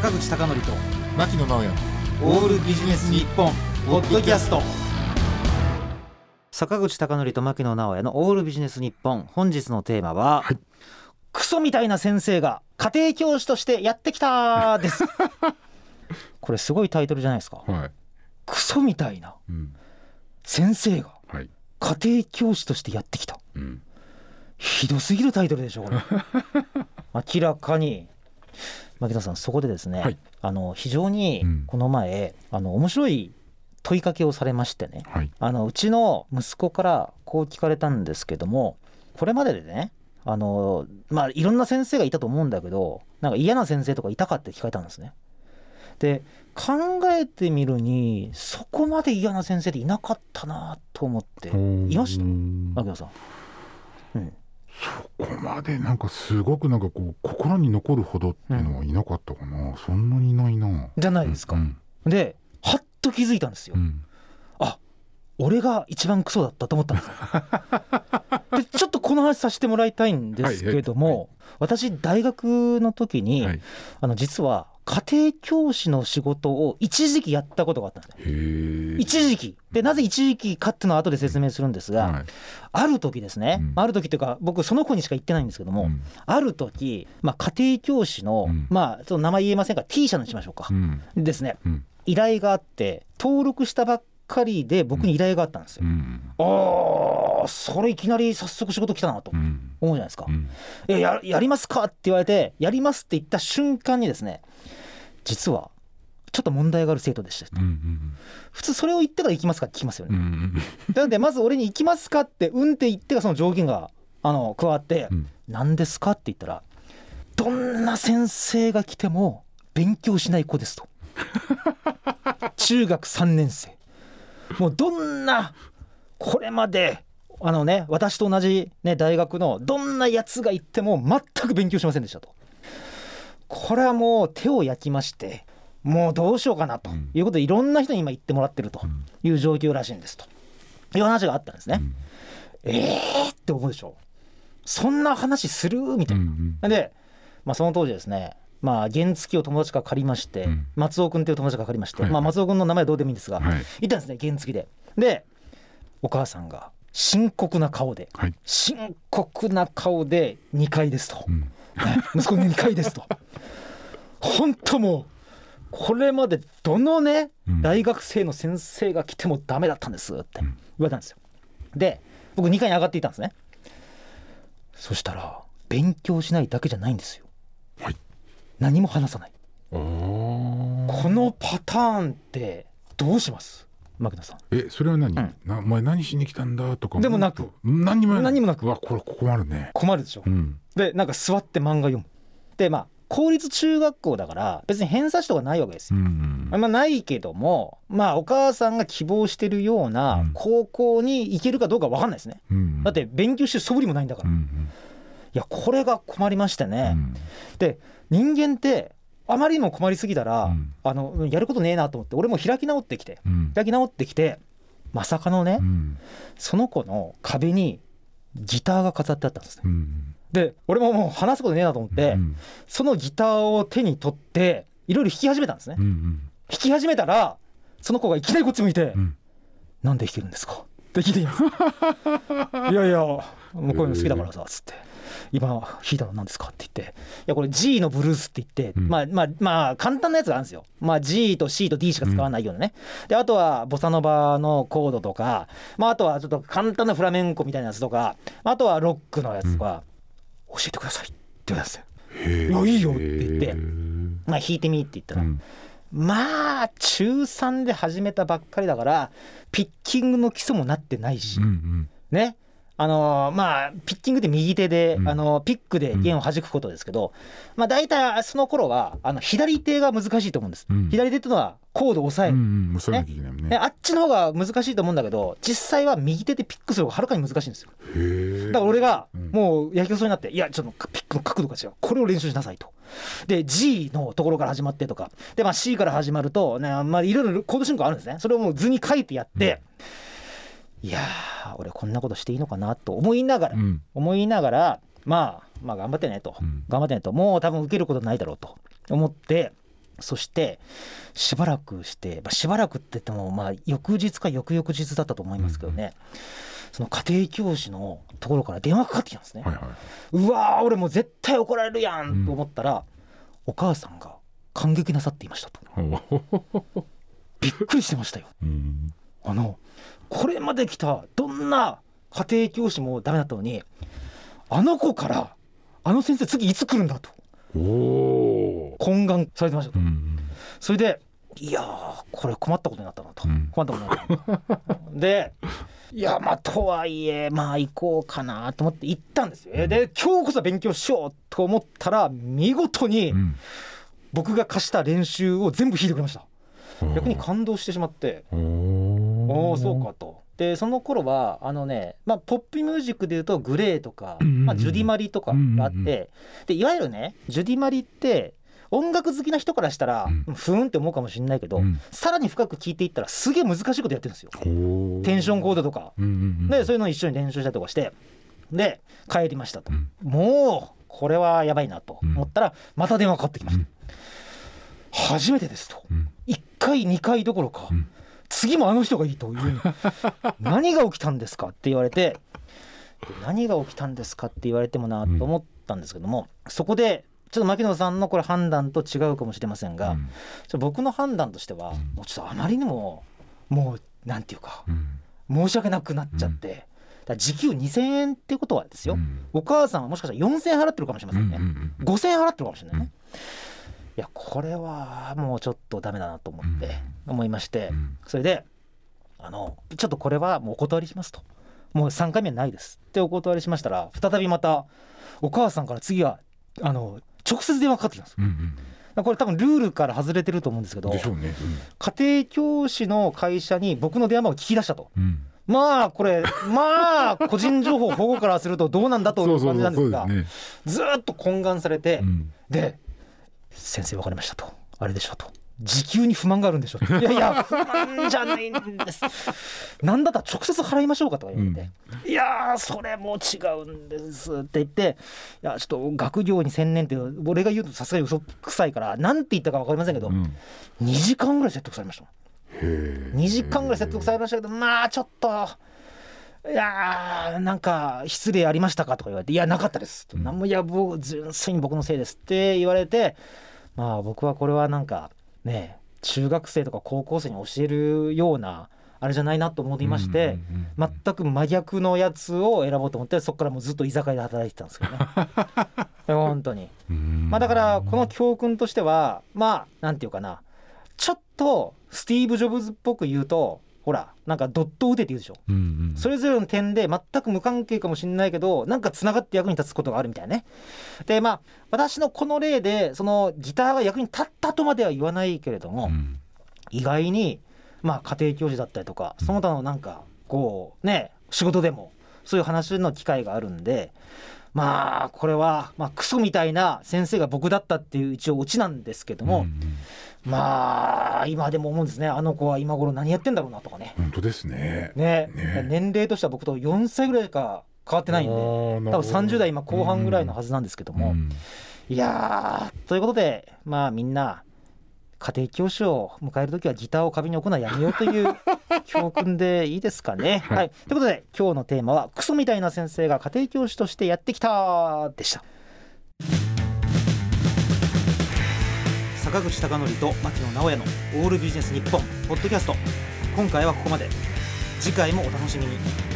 坂口孝則と牧野直哉オールビジネス日本ポッドキャスト。坂口孝則と牧野直哉のオールビジネス日本、本日のテーマは、はい、クソみたいな先生が家庭教師としてやってきたですこれすごいタイトルじゃないですか、はい、クソみたいな先生が家庭教師としてやってきた、ひどすぎるタイトルでしょこれ明らかに。牧野さん、そこでですね、はい、非常にこの前、面白い問いかけをされましてね、はい、うちの息子からこう聞かれたんですけども、これまででね、いろんな先生がいたと思うんだけど、なんか嫌な先生とかいたかって聞かれたんですね。で、考えてみるにそこまで嫌な先生っていなかったなと思って。いました牧野さん？ そこまでなんかすごくなんかこう心に残るほどっていうのはいなかったかな、そんなにいないなじゃないですか、ではっと気づいたんですよ、あ、俺が一番クソだったと思ったんですよでちょっとこの話させてもらいたいんですけども、私大学の時に、実は家庭教師の仕事を一時期やったことがあったんですね。一時期で、なぜ一時期かっていうのは後で説明するんですが、ある時ですね、ある時っていうか僕その子にしか言ってないんですけども、ある時、家庭教師の、ちょっと名前言えませんが T 社にしましょうか、ですね、依頼があって登録したばっかりで僕に依頼があったんですよ、それいきなり早速仕事来たなと思うじゃないですか、やりますかって言われて、やりますって言った瞬間にですね、実はちょっと問題がある生徒でした、普通それを言ってから行きますかって聞きますよね、なのでまず俺に行きますかってって言ってからその条件が加わって、何ですかって言ったら、どんな先生が来ても勉強しない子ですと中学3年生、もうどんなこれまで私と同じ、大学のどんなやつが行っても全く勉強しませんでしたと。これはもう手を焼きまして、もうどうしようかなということで、いろんな人に今言ってもらってるという状況らしいんですという話があったんですね、って思うでしょ、そんな話するみたいな、で、その当時ですね、原付を友達から借りまして、松尾君っていう友達から借りまして、松尾君の名前はどうでもいいんですが、いたんですね、原付で、お母さんが深刻な顔で、2階ですと、息子の2階ですと本当もうこれまでどのね、大学生の先生が来てもダメだったんですって言われたんですよ。で、僕2階に上がっていたんですね。そしたら勉強しないだけじゃないんですよ、何も話さない。このパターンってどうします牧野さん？ それは何、お前何しに来たんだとかでもなく、 何もなく、 うわ、 これ困るね。 困るでしょ、でなんか座って漫画読む。で公立中学校だから別に偏差値とかないわけですよ、ないけども、お母さんが希望してるような高校に行けるかどうか分かんないですね、だって勉強してる素振りもないんだから、いやこれが困りましてね、で人間ってあまりにも困りすぎたら、やることねえなと思って、俺も開き直ってきて、まさかのね、その子の壁にギターが飾ってあったんですね、で俺ももう話すことねえなと思って、そのギターを手に取っていろいろ弾き始めたんですね、弾き始めたらその子がいきなりこっち向いて、なんで弾けるんですかって聞いていますいやいやもうこういうの好きだからさつって、今弾いたの何ですかって言って、いやこれ G のブルースって言って、簡単なやつがあるんですよ、G と C と D しか使わないようなね、であとはボサノバのコードとか、あとはちょっと簡単なフラメンコみたいなやつとか、あとはロックのやつとか、教えてくださいって言われたんですよ。いいよって言って、弾いてみって言ったら、中3で始めたばっかりだからピッキングの基礎もなってないし、ね、ピッキングって右手で、ピックで弦を弾くことですけど、大体その頃は左手が難しいと思うんです、左手っていうのはコードを押さえる、あっちの方が難しいと思うんだけど、実際は右手でピックする方がはるかに難しいんですよ。だから俺がもうやけくそになって、いやちょっとピックの角度が違う、これを練習しなさいと。で G のところから始まってとかで、C から始まるとね、いろいろコード進行あるんですね。それをもう図に書いてやって、いや俺こんなことしていいのかなと思いながら、頑張ってねと、頑張ってねと、もう多分受けることないだろうと思って、 そしてしばらくして、しばらくって言っても翌日か翌々日だったと思いますけどね、その家庭教師のところから電話かかってきたんですね、うわー俺もう絶対怒られるやんと思ったら、お母さんが感激なさっていましたとびっくりしてましたよ、これまで来たどんな家庭教師もダメだったのに、あの子からあの先生次いつ来るんだと懇願されてましたと、それでいやーこれ困ったことになったなと、困ったことになったで、いやとはいえ行こうかなと思って行ったんですよ、で今日こそ勉強しようと思ったら見事に僕が課した練習を全部弾いてくれました。逆に感動してしまって、おおそうかと。でその頃はポップミュージックでいうとグレーとか、ジュディマリとかがあって、でいわゆるねジュディマリって音楽好きな人からしたら、ふーんって思うかもしれないけど、さらに深く聴いていったらすげえ難しいことやってるんですよ。テンションコードとか、でそういうのを一緒に練習したりとかして、で帰りましたと、もうこれはやばいなと思ったらまた電話かかってきました、初めてですと、1回2回どころか、次もあの人がいいという何が起きたんですかって言われて、何が起きたんですかって言われてもなと思ったんですけども、そこでちょっと牧野さんのこれ判断と違うかもしれませんが、僕の判断としてはもうちょっとあまりにももうなんていうか、申し訳なくなっちゃって、だ時給2000円っていうことはですよ、お母さんはもしかしたら4000円払ってるかもしれませんね、5000円払ってるかもしれないね、いやこれはもうちょっとダメだなと思いまして、それでちょっとこれはもうお断りしますと、もう3回目はないですってお断りしましたら、再びまたお母さんから次は直接電話かかってきたんです、これ多分ルールから外れてると思うんですけど、家庭教師の会社に僕の電話番号を聞き出したと、これ個人情報保護からするとどうなんだという感じなんですが、ずっと懇願されて、で先生分かりましたと、あれでしょと、時給に不満があるんでしょと、いや不満じゃないんですなんだったら直接払いましょうかとか言われて、いやそれも違うんですって言って、いやちょっと学業に専念って俺が言うとさすがに嘘くさいからなんて言ったか分かりませんけど、2時間ぐらい説得されました。2時間ぐらい説得されましたけど、ちょっといやなんか失礼ありましたかとか言われて、いやなかったですと、いや純粋に僕のせいですって言われて、僕はこれはなんかね中学生とか高校生に教えるようなあれじゃないなと思いまして、全く真逆のやつを選ぼうと思って、そこからもうずっと居酒屋で働いてたんですけどね本当にだからこの教訓としてはなんていうかな、ちょっとスティーブ・ジョブズっぽく言うと、ほらなんかドット打てって言うでしょ、それぞれの点で全く無関係かもしれないけどなんかつながって役に立つことがあるみたいなね。で私のこの例でそのギターが役に立ったとまでは言わないけれども、意外に家庭教師だったりとかその他のなんかこうね仕事でもそういう話の機会があるんで、これはクソみたいな先生が僕だったっていう一応オチなんですけども、今でも思うんですね、あの子は今頃何やってんだろうなとかね。 本当ですね。 年齢としては僕と4歳ぐらいしか変わってないんで、多分30代今後半ぐらいのはずなんですけども、いやということでみんな家庭教師を迎えるときはギターを壁に置くのはやめようという教訓でいいですかね。ということで今日のテーマはクソみたいな先生が家庭教師としてやってきたでした。坂口孝則と牧野直哉のオールビジネス日本ポッドキャスト、今回はここまで。次回もお楽しみに。